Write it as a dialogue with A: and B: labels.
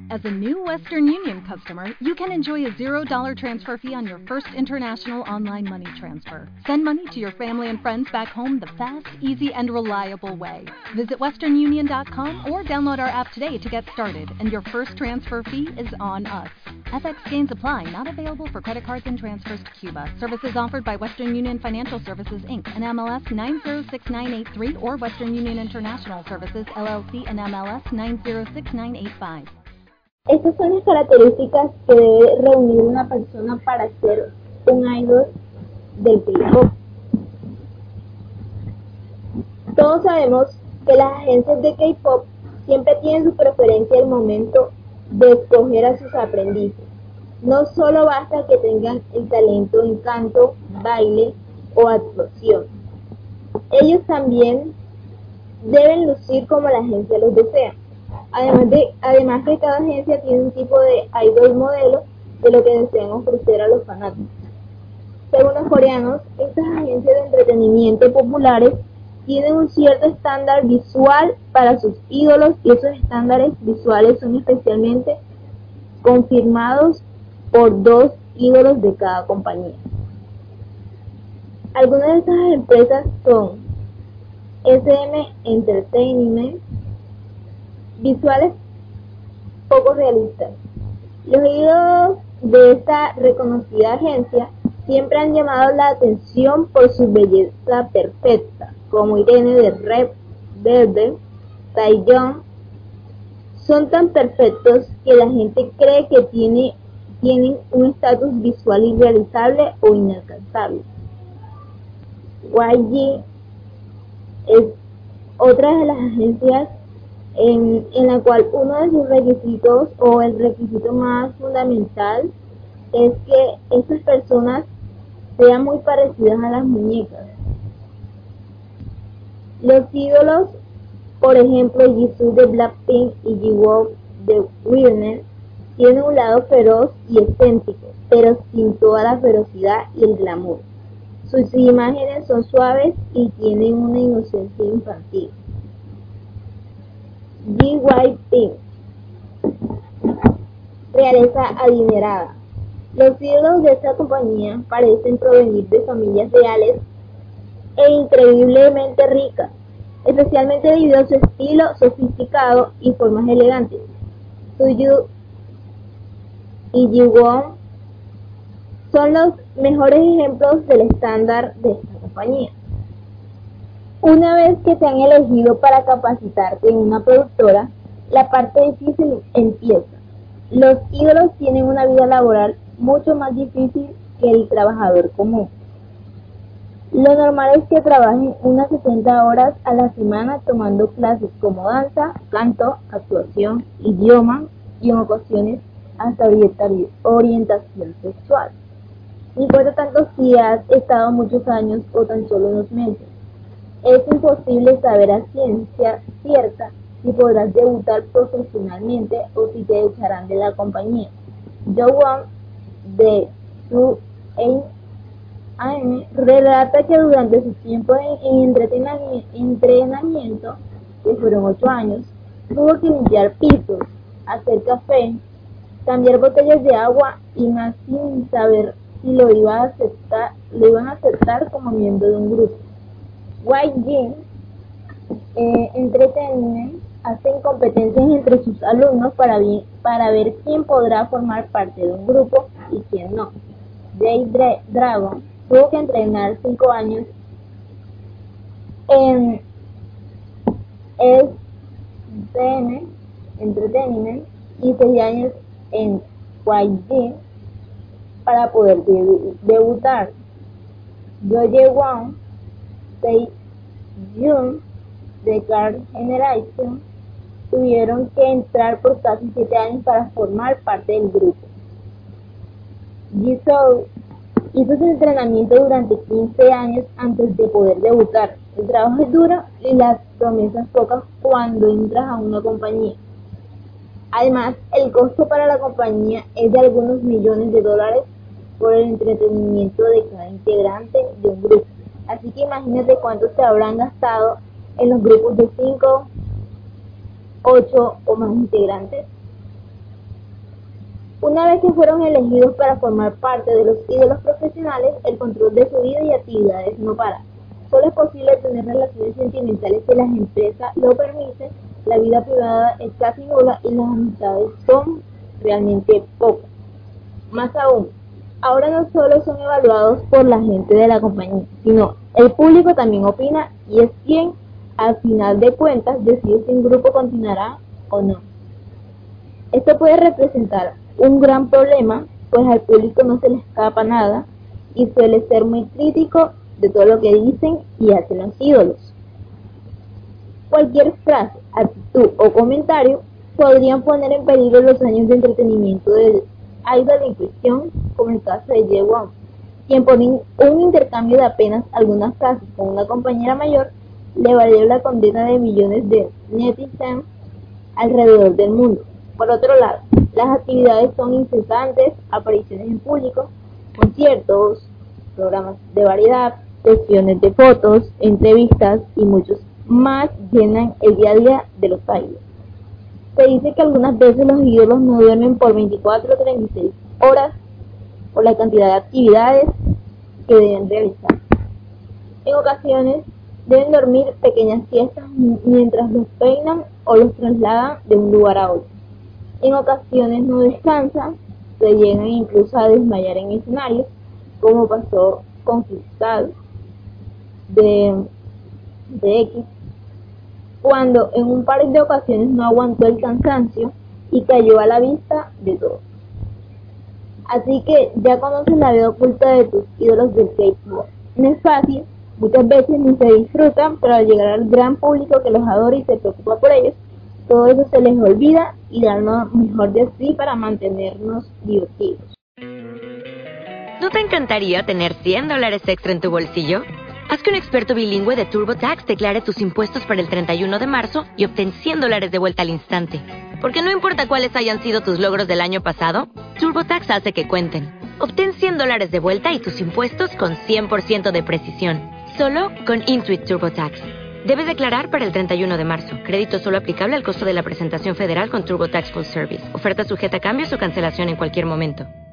A: As a new Western Union customer, you can enjoy a $0 transfer fee on your first international online money transfer. Send money to your family and friends back home the fast, easy, and reliable way. Visit westernunion.com or download our app today to get started, and your first transfer fee is on us. FX gains apply, not available for credit cards and transfers to Cuba. Services offered by Western Union Financial Services, Inc., and MLS 906983, or Western Union International Services, LLC, and MLS 906985.
B: Estas son las características que debe reunir una persona para ser un idol del K-pop. Todos sabemos que las agencias de K-pop siempre tienen su preferencia al momento de escoger a sus aprendices. No solo basta que tengan el talento en canto, baile o actuación. Ellos también deben lucir como la agencia los desea. Además que cada agencia tiene un tipo de idol modelo de lo que desean ofrecer a los fanáticos. Según los coreanos, estas agencias de entretenimiento populares tienen un cierto estándar visual para sus ídolos, y esos estándares visuales son especialmente confirmados por 2 ídolos de cada compañía. Algunas de estas empresas son SM Entertainment. Visuales poco realistas. Los ídolos de esta reconocida agencia siempre han llamado la atención por su belleza perfecta, como Irene de Red Velvet, Taeyeon. Son tan perfectos que la gente cree que tienen un estatus visual irrealizable o inalcanzable. YG es otra de las agencias en la cual uno de sus requisitos, o el requisito más fundamental, es que estas personas sean muy parecidas a las muñecas. Los ídolos, por ejemplo, Jisoo de Blackpink y Jiwon de Witness, tienen un lado feroz y excéntrico, pero sin toda la ferocidad y el glamour. Sus imágenes son suaves y tienen una inocencia infantil. JYP, realeza adinerada. Los ídolos de esta compañía parecen provenir de familias reales e increíblemente ricas, especialmente debido a su estilo sofisticado y formas elegantes. Suyu y Jiwon son los mejores ejemplos del estándar de esta compañía. Una vez que te han elegido para capacitarte en una productora, la parte difícil empieza. Los ídolos tienen una vida laboral mucho más difícil que el trabajador común. Lo normal es que trabajen unas 60 horas a la semana tomando clases como danza, canto, actuación, idioma y en ocasiones hasta orientación sexual. No importa tanto si has estado muchos años o tan solo unos meses. Es imposible saber a ciencia cierta si podrás debutar profesionalmente o si te echarán de la compañía. Jowon de AM relata que durante su tiempo en entrenamiento, que fueron 8 años, tuvo que limpiar pisos, hacer café, cambiar botellas de agua y más, sin saber si lo iban a aceptar como miembro de un grupo. YG Entertainment hacen competencias entre sus alumnos para ver quién podrá formar parte de un grupo y quién no. J-Dragon tuvo que entrenar 5 años en SM Entertainment y 6 años en YG para poder debutar. Jung Taeyeon de Card Generation tuvieron que entrar por casi 7 años para formar parte del grupo. Jisoo hizo su entrenamiento durante 15 años antes de poder debutar. El trabajo es duro y las promesas pocas cuando entras a una compañía. Además, el costo para la compañía es de algunos millones de dólares por el entretenimiento de cada integrante de un grupo. Así que imagínate cuánto se habrán gastado en los grupos de 5, 8 o más integrantes. Una vez que fueron elegidos para formar parte de los ídolos profesionales, el control de su vida y actividades no para. Solo es posible tener relaciones sentimentales si las empresas lo permiten, la vida privada es casi nula y las amistades son realmente pocas. Más aún, ahora no solo son evaluados por la gente de la compañía, sino el público también opina y es quien, al final de cuentas, decide si un grupo continuará o no. Esto puede representar un gran problema, pues al público no se le escapa nada y suele ser muy crítico de todo lo que dicen y hacen los ídolos. Cualquier frase, actitud o comentario podrían poner en peligro los años de entretenimiento del idol en cuestión, como el caso de Jae-won, quien por un intercambio de apenas algunas frases con una compañera mayor le valió la condena de millones de netizens alrededor del mundo. Por otro lado, las actividades son incesantes, apariciones en público, conciertos, programas de variedad, sesiones de fotos, entrevistas y muchos más llenan el día a día de los idols. Se dice que algunas veces los ídolos no duermen por 24 o 36 horas por la cantidad de actividades que deben realizar. En ocasiones deben dormir pequeñas siestas mientras los peinan o los trasladan de un lugar a otro. En ocasiones no descansan, se llegan incluso a desmayar en escenarios, como pasó con Cristal de X, cuando en un par de ocasiones no aguantó el cansancio y cayó a la vista de todos. Así que ya conoces la vida oculta de tus ídolos del K-pop. No es fácil, muchas veces ni se disfrutan, pero al llegar al gran público que los adora y se preocupa por ellos, todo eso se les olvida y dan lo mejor de sí para mantenernos divertidos.
C: ¿No te encantaría tener $100 extra en tu bolsillo? Haz que un experto bilingüe de TurboTax declare tus impuestos para el 31 de marzo y obtén $100 de vuelta al instante. Porque no importa cuáles hayan sido tus logros del año pasado, TurboTax hace que cuenten. Obtén $100 de vuelta y tus impuestos con 100% de precisión. Solo con Intuit TurboTax. Debes declarar para el 31 de marzo. Crédito solo aplicable al costo de la presentación federal con TurboTax Full Service. Oferta sujeta a cambios o cancelación en cualquier momento.